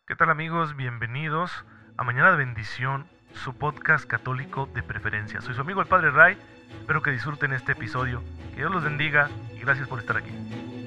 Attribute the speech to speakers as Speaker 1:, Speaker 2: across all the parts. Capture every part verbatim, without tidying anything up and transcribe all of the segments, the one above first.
Speaker 1: ¿Qué tal amigos? Bienvenidos a Mañana de Bendición, su podcast católico de preferencia. Soy su amigo el Padre Ray, espero que disfruten este episodio, que Dios los bendiga y gracias por estar aquí.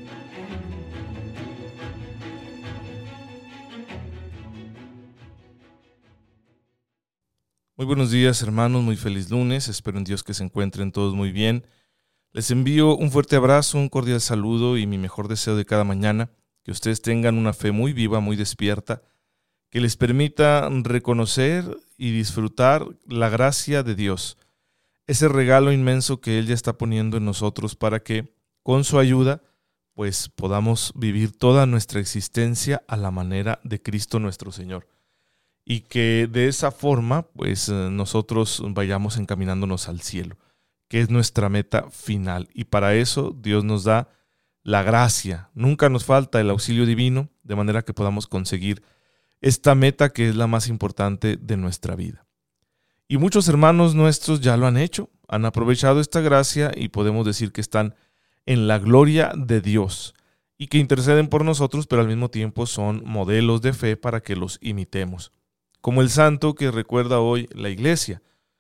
Speaker 2: Muy buenos días hermanos, muy feliz lunes, espero en Dios que se encuentren todos muy bien. Les envío un fuerte abrazo, un cordial saludo y mi mejor deseo de cada mañana, que ustedes tengan una fe muy viva, muy despierta, que les permita reconocer y disfrutar la gracia de Dios, ese regalo inmenso que Él ya está poniendo en nosotros para que, con su ayuda, pues podamos vivir toda nuestra existencia a la manera de Cristo nuestro Señor. Y que de esa forma, pues nosotros vayamos encaminándonos al cielo, que es nuestra meta final. Y para eso Dios nos da la gracia. Nunca nos falta el auxilio divino, de manera que podamos conseguir esta meta que es la más importante de nuestra vida. Y muchos hermanos nuestros ya lo han hecho, han aprovechado esta gracia y podemos decir que están en la gloria de Dios y que interceden por nosotros, pero al mismo tiempo son modelos de fe para que los imitemos. Como el santo que recuerda hoy la iglesia.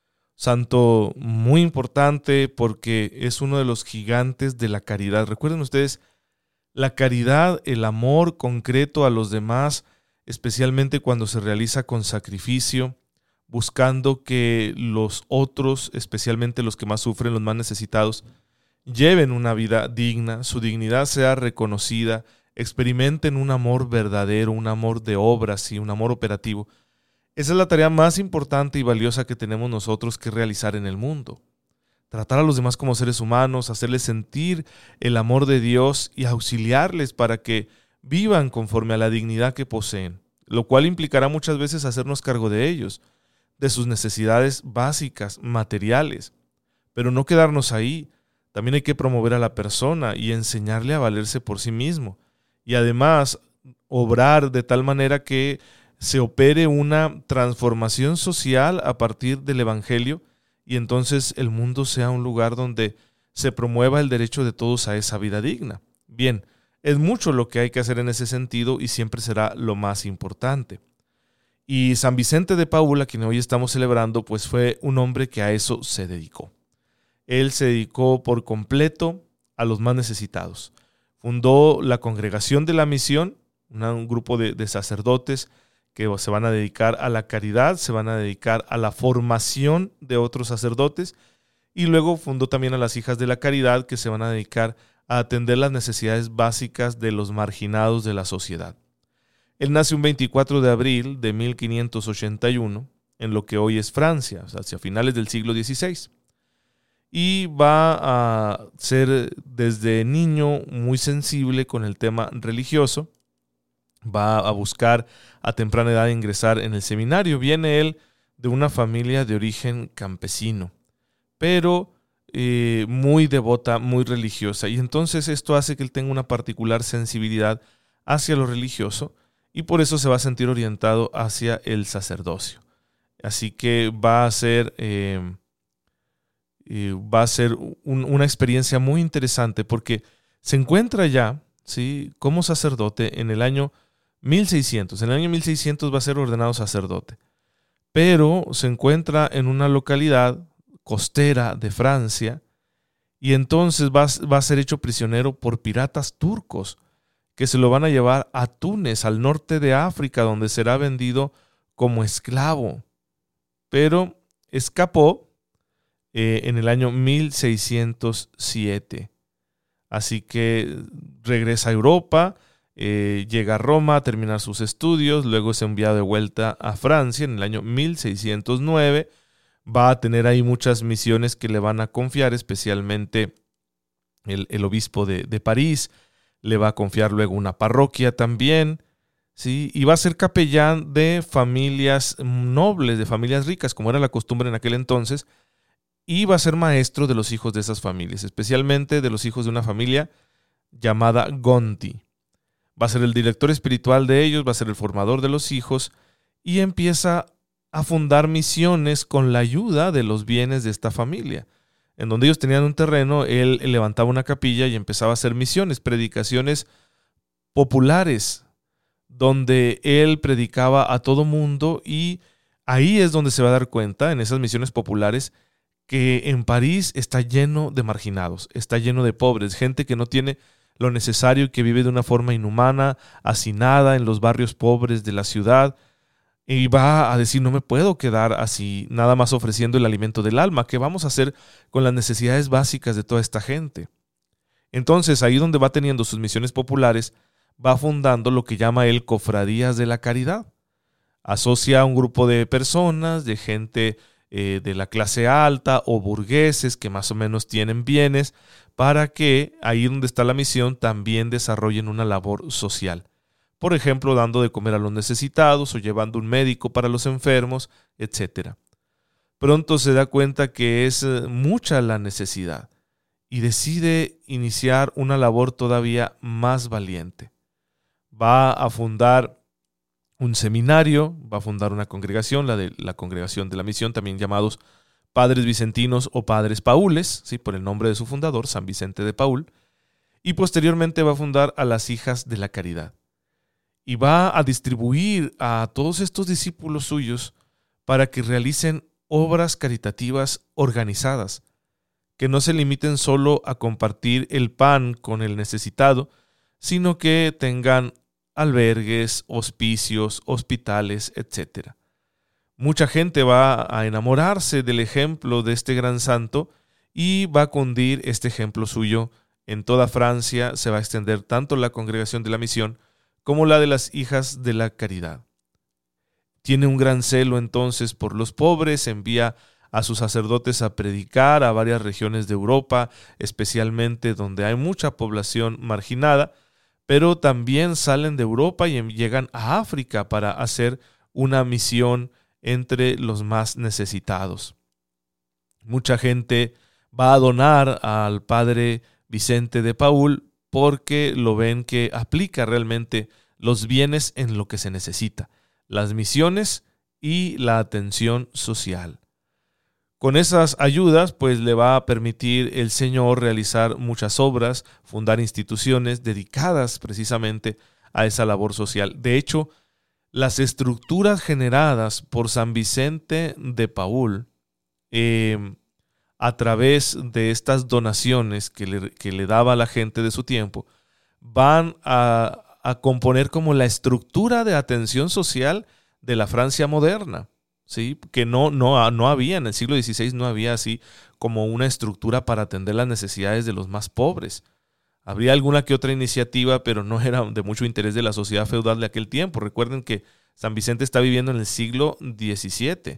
Speaker 2: Santo muy importante porque es uno de los gigantes de la caridad. Recuerden ustedes, la caridad, el amor concreto a los demás, especialmente cuando se realiza con sacrificio, buscando que los otros, especialmente los que más sufren, los más necesitados, lleven una vida digna, su dignidad sea reconocida, experimenten un amor verdadero, un amor de obras y un amor operativo. Esa es la tarea más importante y valiosa que tenemos nosotros que realizar en el mundo. Tratar a los demás como seres humanos, hacerles sentir el amor de Dios y auxiliarles para que vivan conforme a la dignidad que poseen, lo cual implicará muchas veces hacernos cargo de ellos, de sus necesidades básicas, materiales. Pero no quedarnos ahí, también hay que promover a la persona y enseñarle a valerse por sí mismo. Y además, obrar de tal manera que se opere una transformación social a partir del Evangelio y entonces el mundo sea un lugar donde se promueva el derecho de todos a esa vida digna. Bien, es mucho lo que hay que hacer en ese sentido y siempre será lo más importante. Y San Vicente de Paúl, a quien hoy estamos celebrando, pues fue un hombre que a eso se dedicó. Él se dedicó por completo a los más necesitados. Fundó la Congregación de la Misión, una, un grupo de, de sacerdotes que se van a dedicar a la caridad, se van a dedicar a la formación de otros sacerdotes, y luego fundó también a las Hijas de la Caridad, que se van a dedicar a atender las necesidades básicas de los marginados de la sociedad. Él nace un veinticuatro de abril de mil quinientos ochenta y uno en lo que hoy es Francia, o sea, hacia finales del siglo dieciséis, y va a ser desde niño muy sensible con el tema religioso. Va a buscar a temprana edad ingresar en el seminario. Viene él de una familia de origen campesino, pero eh, muy devota, muy religiosa. Y entonces esto hace que él tenga una particular sensibilidad hacia lo religioso y por eso se va a sentir orientado hacia el sacerdocio. Así que va a ser, eh, eh, va a ser un, una experiencia muy interesante porque se encuentra ya, ¿sí?, como sacerdote en el año mil seiscientos. En el año mil seiscientos va a ser ordenado sacerdote, pero se encuentra en una localidad costera de Francia y entonces va, va a ser hecho prisionero por piratas turcos que se lo van a llevar a Túnez, al norte de África, donde será vendido como esclavo. Pero escapó eh, en el año mil seiscientos siete. Así que regresa a Europa. Eh, llega a Roma a terminar sus estudios, luego es enviado de vuelta a Francia en el año mil seiscientos nueve, va a tener ahí muchas misiones que le van a confiar, especialmente el, el obispo de, de París, le va a confiar luego una parroquia también, ¿sí? Y va a ser capellán de familias nobles, de familias ricas, como era la costumbre en aquel entonces, y va a ser maestro de los hijos de esas familias, especialmente de los hijos de una familia llamada Gonti. Va a ser el director espiritual de ellos, va a ser el formador de los hijos y empieza a fundar misiones con la ayuda de los bienes de esta familia. En donde ellos tenían un terreno, él levantaba una capilla y empezaba a hacer misiones, predicaciones populares, donde él predicaba a todo mundo, y ahí es donde se va a dar cuenta, en esas misiones populares, que en París está lleno de marginados, está lleno de pobres, gente que no tiene lo necesario y que vive de una forma inhumana, hacinada en los barrios pobres de la ciudad, y va a decir: no me puedo quedar así, nada más ofreciendo el alimento del alma. ¿Qué vamos a hacer con las necesidades básicas de toda esta gente? Entonces, ahí donde va teniendo sus misiones populares, va fundando lo que llama él cofradías de la caridad. Asocia a un grupo de personas, de gente eh, de la clase alta o burgueses que más o menos tienen bienes, para que ahí donde está la misión también desarrollen una labor social. Por ejemplo, dando de comer a los necesitados o llevando un médico para los enfermos, etcétera. Pronto se da cuenta que es mucha la necesidad y decide iniciar una labor todavía más valiente. Va a fundar un seminario, va a fundar una congregación, la de la Congregación de la Misión, también llamados Padres Vicentinos o Padres Paules, ¿sí?, por el nombre de su fundador, San Vicente de Paúl, y posteriormente va a fundar a las Hijas de la Caridad. Y va a distribuir a todos estos discípulos suyos para que realicen obras caritativas organizadas, que no se limiten solo a compartir el pan con el necesitado, sino que tengan albergues, hospicios, hospitales, etcétera. Mucha gente va a enamorarse del ejemplo de este gran santo y va a cundir este ejemplo suyo en toda Francia. Se va a extender tanto la Congregación de la Misión como la de las Hijas de la Caridad. Tiene un gran celo entonces por los pobres, envía a sus sacerdotes a predicar a varias regiones de Europa, especialmente donde hay mucha población marginada, pero también salen de Europa y llegan a África para hacer una misión entre los más necesitados. Mucha gente va a donar al padre Vicente de Paúl porque lo ven que aplica realmente los bienes en lo que se necesita, las misiones y la atención social. Con esas ayudas, pues le va a permitir el Señor realizar muchas obras, fundar instituciones dedicadas precisamente a esa labor social. De hecho, las estructuras generadas por San Vicente de Paúl eh, a través de estas donaciones que le, que le daba a la gente de su tiempo, van a, a componer como la estructura de atención social de la Francia moderna. Sí, que no, no, no había en el siglo dieciséis, no había así como una estructura para atender las necesidades de los más pobres. Habría alguna que otra iniciativa, pero no era de mucho interés de la sociedad feudal de aquel tiempo. Recuerden que San Vicente está viviendo en el siglo diecisiete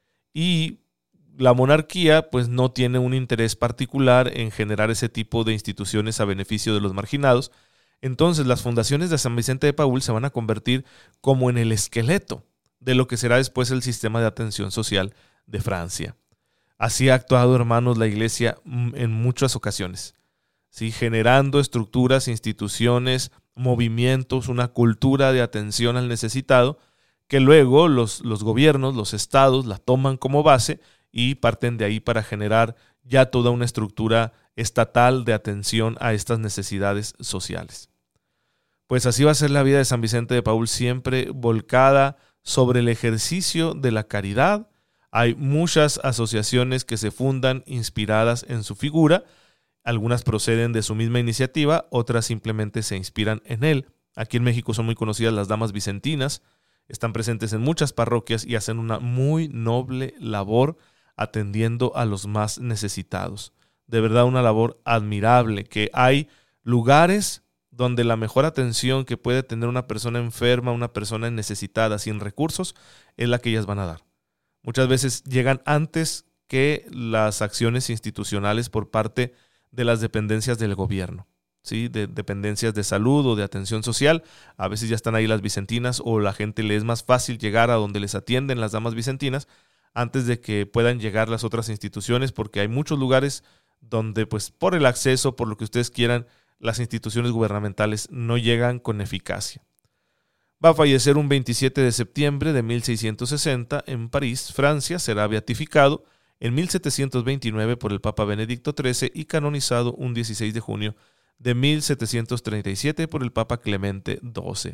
Speaker 2: y la monarquía pues no tiene un interés particular en generar ese tipo de instituciones a beneficio de los marginados. Entonces las fundaciones de San Vicente de Paúl se van a convertir como en el esqueleto de lo que será después el sistema de atención social de Francia. Así ha actuado, hermanos, la Iglesia en muchas ocasiones, ¿sí?, generando estructuras, instituciones, movimientos, una cultura de atención al necesitado, que luego los, los gobiernos, los estados, la toman como base y parten de ahí para generar ya toda una estructura estatal de atención a estas necesidades sociales. Pues así va a ser la vida de San Vicente de Paúl, siempre volcada sobre el ejercicio de la caridad. Hay muchas asociaciones que se fundan inspiradas en su figura. Algunas proceden de su misma iniciativa, otras simplemente se inspiran en él. Aquí en México son muy conocidas las Damas Vicentinas. Están presentes en muchas parroquias y hacen una muy noble labor atendiendo a los más necesitados. De verdad, una labor admirable, que hay lugares donde la mejor atención que puede tener una persona enferma, una persona necesitada, sin recursos, es la que ellas van a dar. Muchas veces llegan antes que las acciones institucionales por parte de las dependencias del gobierno, ¿sí?, de dependencias de salud o de atención social. A veces ya están ahí las vicentinas, o la gente le es más fácil llegar a donde les atienden las damas vicentinas antes de que puedan llegar las otras instituciones, porque hay muchos lugares donde, pues, por el acceso, por lo que ustedes quieran, las instituciones gubernamentales no llegan con eficacia. Va a fallecer un veintisiete de septiembre de mil seiscientos sesenta en París, Francia. Será beatificado en mil setecientos veintinueve por el Papa Benedicto trece y canonizado un dieciséis de junio de mil setecientos treinta y siete por el Papa Clemente doce.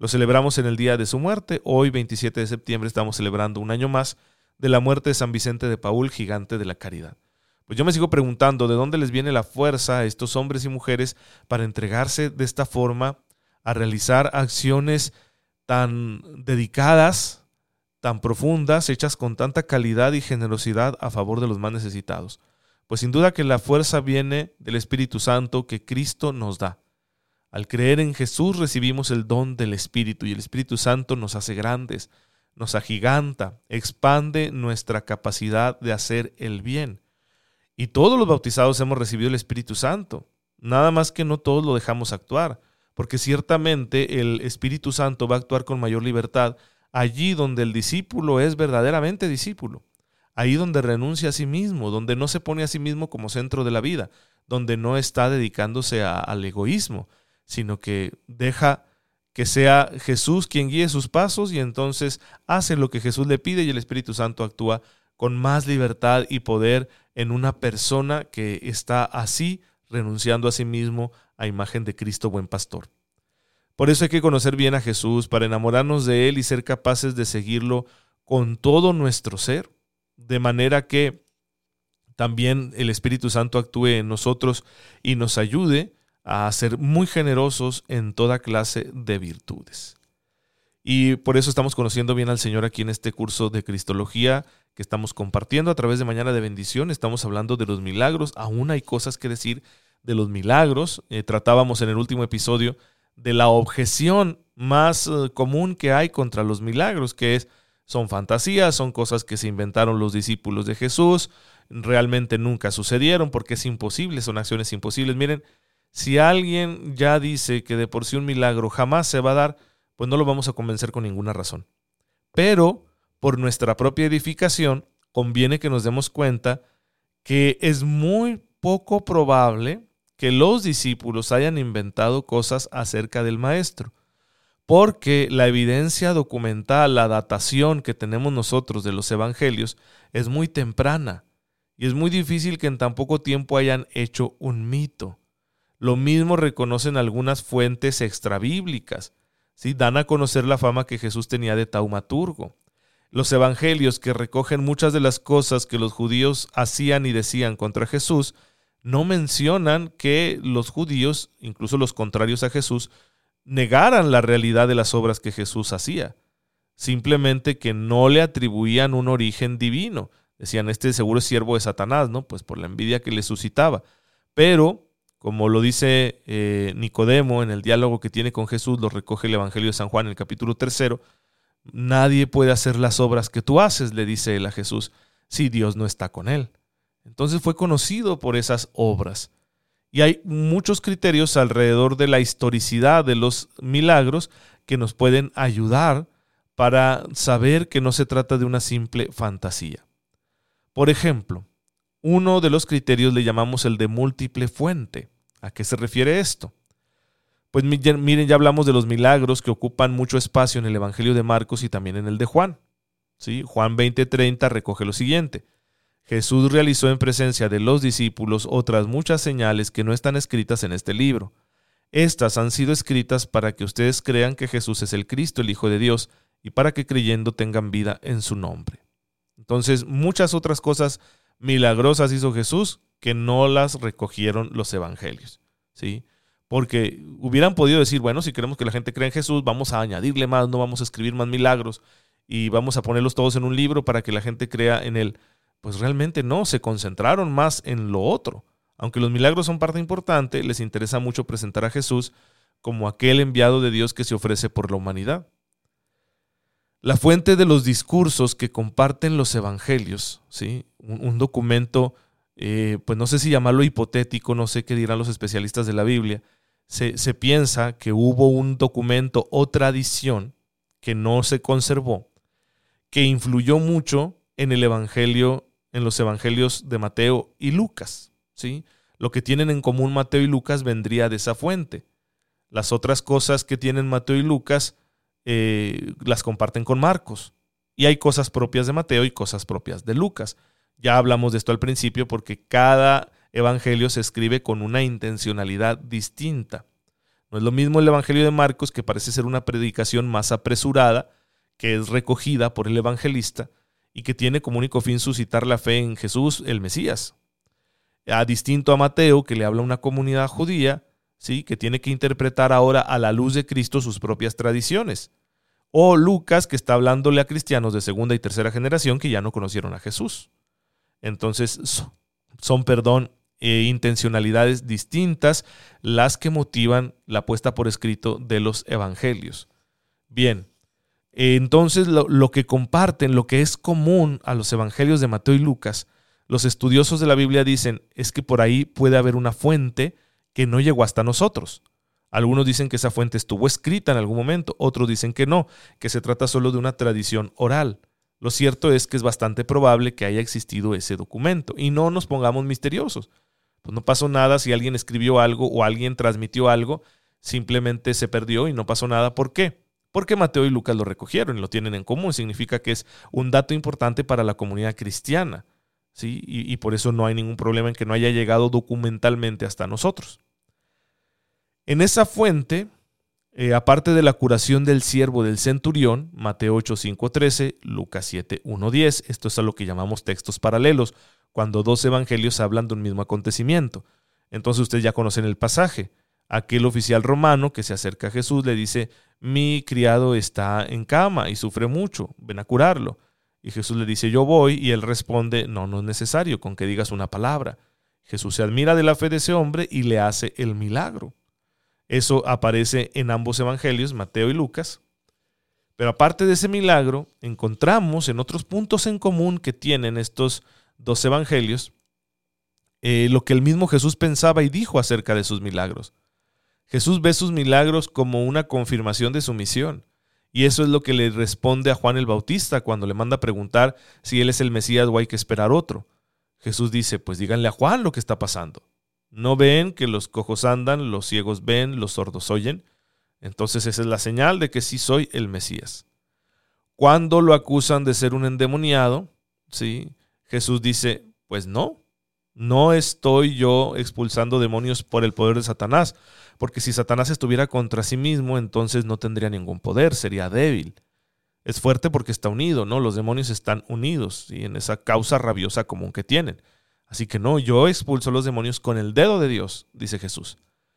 Speaker 2: Lo celebramos en el día de su muerte. Hoy, veintisiete de septiembre, estamos celebrando un año más de la muerte de San Vicente de Paúl, gigante de la caridad. Pues yo me sigo preguntando de dónde les viene la fuerza a estos hombres y mujeres para entregarse de esta forma a realizar acciones tan dedicadas, tan profundas, hechas con tanta calidad y generosidad a favor de los más necesitados. Pues sin duda que la fuerza viene del Espíritu Santo que Cristo nos da. Al creer en Jesús recibimos el don del Espíritu y el Espíritu Santo nos hace grandes, nos agiganta, expande nuestra capacidad de hacer el bien. Y todos los bautizados hemos recibido el Espíritu Santo, nada más que no todos lo dejamos actuar, porque ciertamente el Espíritu Santo va a actuar con mayor libertad allí donde el discípulo es verdaderamente discípulo, ahí donde renuncia a sí mismo, donde no se pone a sí mismo como centro de la vida, donde no está dedicándose a, al egoísmo, sino que deja que sea Jesús quien guíe sus pasos y entonces hace lo que Jesús le pide y el Espíritu Santo actúa con más libertad y poder en una persona que está así renunciando a sí mismo a imagen de Cristo buen pastor. Por eso hay que conocer bien a Jesús para enamorarnos de Él y ser capaces de seguirlo con todo nuestro ser, de manera que también el Espíritu Santo actúe en nosotros y nos ayude a ser muy generosos en toda clase de virtudes. Y por eso estamos conociendo bien al Señor aquí en este curso de Cristología que estamos compartiendo a través de Mañana de Bendición. Estamos hablando de los milagros. Aún hay cosas que decir de los milagros. Eh, tratábamos en el último episodio de la objeción más eh, común que hay contra los milagros, que es, son fantasías, son cosas que se inventaron los discípulos de Jesús, realmente nunca sucedieron porque es imposible, son acciones imposibles. Miren, si alguien ya dice que de por sí un milagro jamás se va a dar, pues no lo vamos a convencer con ninguna razón. Pero por nuestra propia edificación, conviene que nos demos cuenta que es muy poco probable que los discípulos hayan inventado cosas acerca del Maestro, porque la evidencia documental, la datación que tenemos nosotros de los evangelios es muy temprana y es muy difícil que en tan poco tiempo hayan hecho un mito. Lo mismo reconocen algunas fuentes extrabíblicas, ¿sí? Dan a conocer la fama que Jesús tenía de taumaturgo. Los evangelios, que recogen muchas de las cosas que los judíos hacían y decían contra Jesús, no mencionan que los judíos, incluso los contrarios a Jesús, negaran la realidad de las obras que Jesús hacía. Simplemente que no le atribuían un origen divino. Decían, este seguro es siervo de Satanás, ¿no? Pues por la envidia que le suscitaba. Pero como lo dice eh, Nicodemo en el diálogo que tiene con Jesús, lo recoge el Evangelio de San Juan en el capítulo tercero, nadie puede hacer las obras que tú haces, le dice él a Jesús, si Dios no está con él. Entonces fue conocido por esas obras. Y hay muchos criterios alrededor de la historicidad de los milagros que nos pueden ayudar para saber que no se trata de una simple fantasía. Por ejemplo, uno de los criterios le llamamos el de múltiple fuente. ¿A qué se refiere esto? Pues miren, ya hablamos de los milagros que ocupan mucho espacio en el Evangelio de Marcos y también en el de Juan. ¿Sí? Juan veinte treinta recoge lo siguiente. Jesús realizó en presencia de los discípulos otras muchas señales que no están escritas en este libro. Estas han sido escritas para que ustedes crean que Jesús es el Cristo, el Hijo de Dios, y para que creyendo tengan vida en su nombre. Entonces, muchas otras cosas milagrosas hizo Jesús que no las recogieron los evangelios, ¿sí? Porque hubieran podido decir, bueno, si queremos que la gente crea en Jesús, vamos a añadirle más, no vamos a escribir más milagros y vamos a ponerlos todos en un libro para que la gente crea en él. Pues realmente no, se concentraron más en lo otro. Aunque los milagros son parte importante, les interesa mucho presentar a Jesús como aquel enviado de Dios que se ofrece por la humanidad. La fuente de los discursos que comparten los evangelios, ¿sí? un, un documento, eh, pues no sé si llamarlo hipotético, no sé qué dirán los especialistas de la Biblia, se, se piensa que hubo un documento o tradición que no se conservó, que influyó mucho en el evangelio, en los evangelios de Mateo y Lucas, ¿sí? Lo que tienen en común Mateo y Lucas vendría de esa fuente. Las otras cosas que tienen Mateo y Lucas Eh, las comparten con Marcos. Y hay cosas propias de Mateo y cosas propias de Lucas. Ya hablamos de esto al principio porque cada evangelio se escribe con una intencionalidad distinta. No es lo mismo el Evangelio de Marcos, que parece ser una predicación más apresurada, que es recogida por el evangelista y que tiene como único fin suscitar la fe en Jesús, el Mesías. A distinto a Mateo, que le habla a una comunidad judía, ¿sí?, que tiene que interpretar ahora a la luz de Cristo sus propias tradiciones. O Lucas, que está hablándole a cristianos de segunda y tercera generación que ya no conocieron a Jesús. Entonces son, perdón, eh, intencionalidades distintas las que motivan la puesta por escrito de los evangelios. Bien, eh, entonces lo, lo que comparten, lo que es común a los evangelios de Mateo y Lucas, los estudiosos de la Biblia dicen es que por ahí puede haber una fuente que no llegó hasta nosotros. Algunos dicen que esa fuente estuvo escrita en algún momento, otros dicen que no, que se trata solo de una tradición oral. Lo cierto es que es bastante probable que haya existido ese documento y no nos pongamos misteriosos. Pues no pasó nada si alguien escribió algo o alguien transmitió algo, simplemente se perdió y no pasó nada. ¿Por qué? Porque Mateo y Lucas lo recogieron y lo tienen en común. Significa que es un dato importante para la comunidad cristiana, ¿sí? Y, y por eso no hay ningún problema en que no haya llegado documentalmente hasta nosotros. En esa fuente, eh, aparte de la curación del siervo del centurión, Mateo ocho, cinco, trece, Lucas siete, uno, diez, esto es a lo que llamamos textos paralelos, cuando dos evangelios hablan de un mismo acontecimiento. Entonces ustedes ya conocen el pasaje. Aquel oficial romano que se acerca a Jesús le dice, mi criado está en cama y sufre mucho, ven a curarlo. Y Jesús le dice, yo voy, y él responde, no, no es necesario con que digas una palabra. Jesús se admira de la fe de ese hombre y le hace el milagro. Eso aparece en ambos evangelios, Mateo y Lucas. Pero aparte de ese milagro, encontramos en otros puntos en común que tienen estos dos evangelios, eh, lo que el mismo Jesús pensaba y dijo acerca de sus milagros. Jesús ve sus milagros como una confirmación de su misión. Y eso es lo que le responde a Juan el Bautista cuando le manda a preguntar si él es el Mesías o hay que esperar otro. Jesús dice, pues díganle a Juan lo que está pasando. ¿No ven que los cojos andan, los ciegos ven, los sordos oyen? Entonces esa es la señal de que sí soy el Mesías. Cuando lo acusan de ser un endemoniado, ¿sí?, Jesús dice, pues no, no estoy yo expulsando demonios por el poder de Satanás, porque si Satanás estuviera contra sí mismo, entonces no tendría ningún poder, sería débil. Es fuerte porque está unido, ¿no? Los demonios están unidos, ¿sí?, en esa causa rabiosa común que tienen. Así que no, yo expulso los demonios con el dedo de Dios, dice Jesús.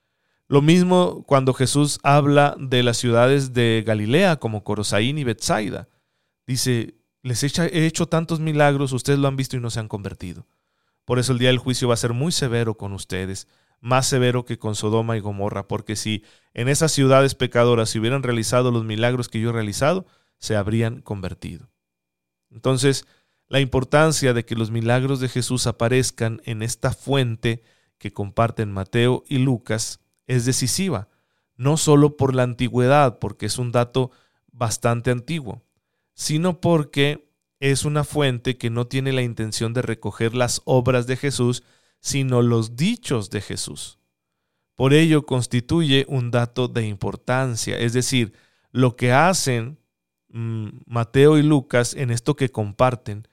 Speaker 2: Lo mismo cuando Jesús habla de las ciudades de Galilea como Corosaín y Betsaida. Dice, les he hecho tantos milagros, ustedes lo han visto y no se han convertido. Por eso el día del juicio va a ser muy severo con ustedes, más severo que con Sodoma y Gomorra, porque si en esas ciudades pecadoras se hubieran realizado los milagros que yo he realizado, se habrían convertido. Entonces, la importancia de que los milagros de Jesús aparezcan en esta fuente que comparten Mateo y Lucas es decisiva, no solo por la antigüedad, porque es un dato bastante antiguo, sino porque es una fuente que no tiene la intención de recoger las obras de Jesús, sino los dichos de Jesús. Por ello constituye un dato de importancia, es decir, lo que hacen mmm, Mateo y Lucas en esto que comparten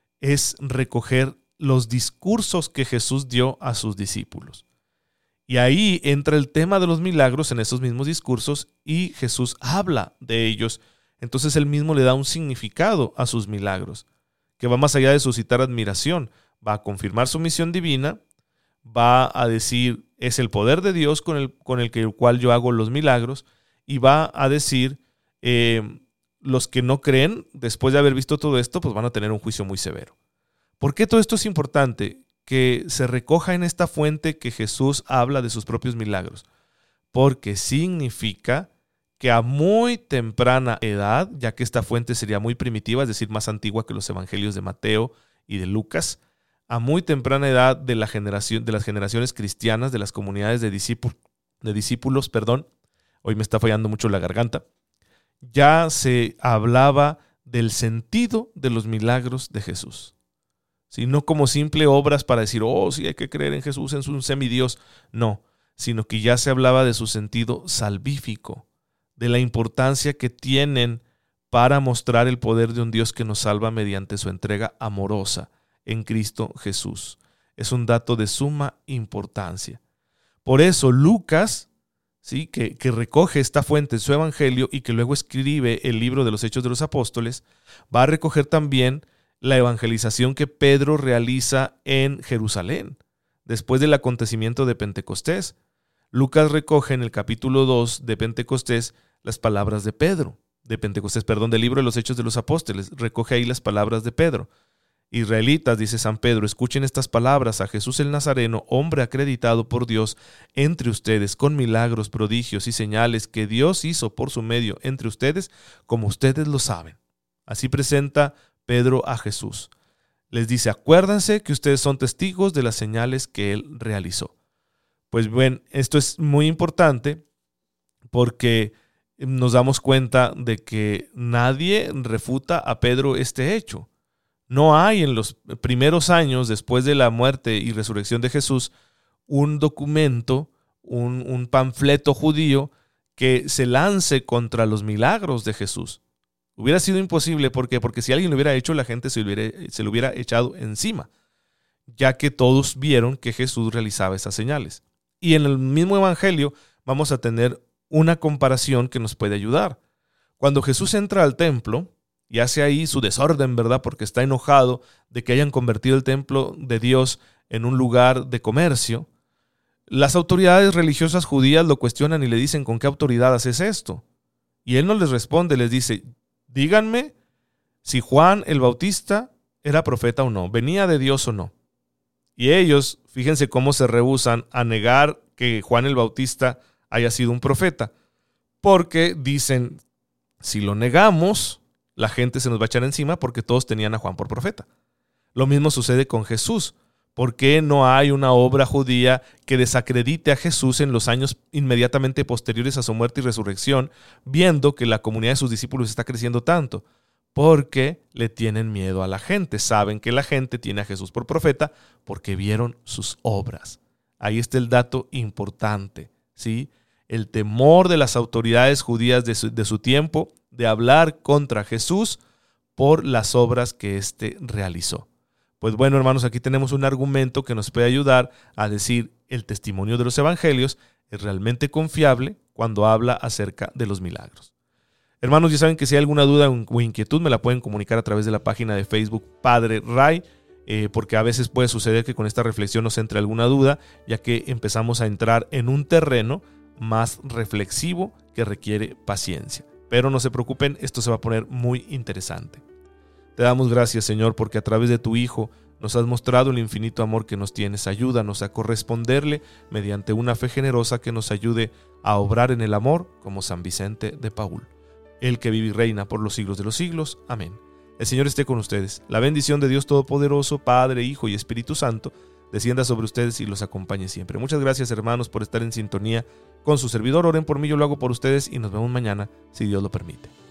Speaker 2: es recoger los discursos que Jesús dio a sus discípulos. Y ahí entra el tema de los milagros en esos mismos discursos y Jesús habla de ellos. Entonces él mismo le da un significado a sus milagros, que va más allá de suscitar admiración. Va a confirmar su misión divina, va a decir, es el poder de Dios con el, con el, que, el cual yo hago los milagros, y va a decir, eh, los que no creen, después de haber visto todo esto, pues van a tener un juicio muy severo. ¿Por qué todo esto es importante? Que se recoja en esta fuente que Jesús habla de sus propios milagros, porque significa que a muy temprana edad, ya que esta fuente sería muy primitiva, es decir, más antigua que los evangelios de Mateo y de Lucas, a muy temprana edad de, la generación, de las generaciones cristianas, de las comunidades de discípulos, de discípulos, perdón, hoy me está fallando mucho la garganta, ya se hablaba del sentido de los milagros de Jesús. ¿Sí? No como simple obras para decir, oh, sí hay que creer en Jesús, en su semidios, no, sino que ya se hablaba de su sentido salvífico, de la importancia que tienen para mostrar el poder de un Dios que nos salva mediante su entrega amorosa en Cristo Jesús. Es un dato de suma importancia. Por eso Lucas ¿sí? que, que recoge esta fuente en su evangelio y que luego escribe el libro de los Hechos de los Apóstoles, va a recoger también la evangelización que Pedro realiza en Jerusalén, después del acontecimiento de Pentecostés. Lucas recoge en el capítulo dos de Pentecostés las palabras de Pedro, de Pentecostés, perdón, del libro de los Hechos de los Apóstoles, recoge ahí las palabras de Pedro. Israelitas, dice San Pedro, escuchen estas palabras: a Jesús el Nazareno, hombre acreditado por Dios entre ustedes, con milagros, prodigios y señales que Dios hizo por su medio entre ustedes, como ustedes lo saben. Así presenta Pedro a Jesús. Les dice: acuérdense que ustedes son testigos de las señales que él realizó. Pues bien, esto es muy importante porque nos damos cuenta de que nadie refuta a Pedro este hecho. No hay en los primeros años después de la muerte y resurrección de Jesús un documento, un, un panfleto judío que se lance contra los milagros de Jesús. Hubiera sido imposible. ¿Por qué? Porque si alguien lo hubiera hecho, la gente se, hubiera, se lo hubiera echado encima, ya que todos vieron que Jesús realizaba esas señales. Y en el mismo evangelio vamos a tener una comparación que nos puede ayudar. Cuando Jesús entra al templo y hace ahí su desorden, ¿verdad? Porque está enojado de que hayan convertido el templo de Dios en un lugar de comercio. Las autoridades religiosas judías lo cuestionan y le dicen: ¿con qué autoridad haces esto? Y él no les responde, les dice: díganme si Juan el Bautista era profeta o no, venía de Dios o no. Y ellos, fíjense cómo se rehúsan a negar que Juan el Bautista haya sido un profeta, porque dicen: si lo negamos, la gente se nos va a echar encima porque todos tenían a Juan por profeta. Lo mismo sucede con Jesús. ¿Por qué no hay una obra judía que desacredite a Jesús en los años inmediatamente posteriores a su muerte y resurrección, viendo que la comunidad de sus discípulos está creciendo tanto? Porque le tienen miedo a la gente. Saben que la gente tiene a Jesús por profeta porque vieron sus obras. Ahí está el dato importante, ¿sí? El temor de las autoridades judías de su, de su tiempo de hablar contra Jesús por las obras que éste realizó. Pues bueno, hermanos, aquí tenemos un argumento que nos puede ayudar a decir: el testimonio de los evangelios es realmente confiable cuando habla acerca de los milagros. Hermanos, ya saben que si hay alguna duda o inquietud me la pueden comunicar a través de la página de Facebook Padre Ray, eh, porque a veces puede suceder que con esta reflexión nos entre alguna duda, ya que empezamos a entrar en un terreno más reflexivo que requiere paciencia. Pero no se preocupen, esto se va a poner muy interesante. Te damos gracias, Señor, porque a través de tu Hijo nos has mostrado el infinito amor que nos tienes. Ayúdanos a corresponderle mediante una fe generosa que nos ayude a obrar en el amor como San Vicente de Paúl. El que vive y reina por los siglos de los siglos. Amén. El Señor esté con ustedes. La bendición de Dios Todopoderoso, Padre, Hijo y Espíritu Santo, descienda sobre ustedes y los acompañe siempre. Muchas gracias, hermanos, por estar en sintonía con su servidor. Oren por mí, yo lo hago por ustedes y nos vemos mañana, si Dios lo permite.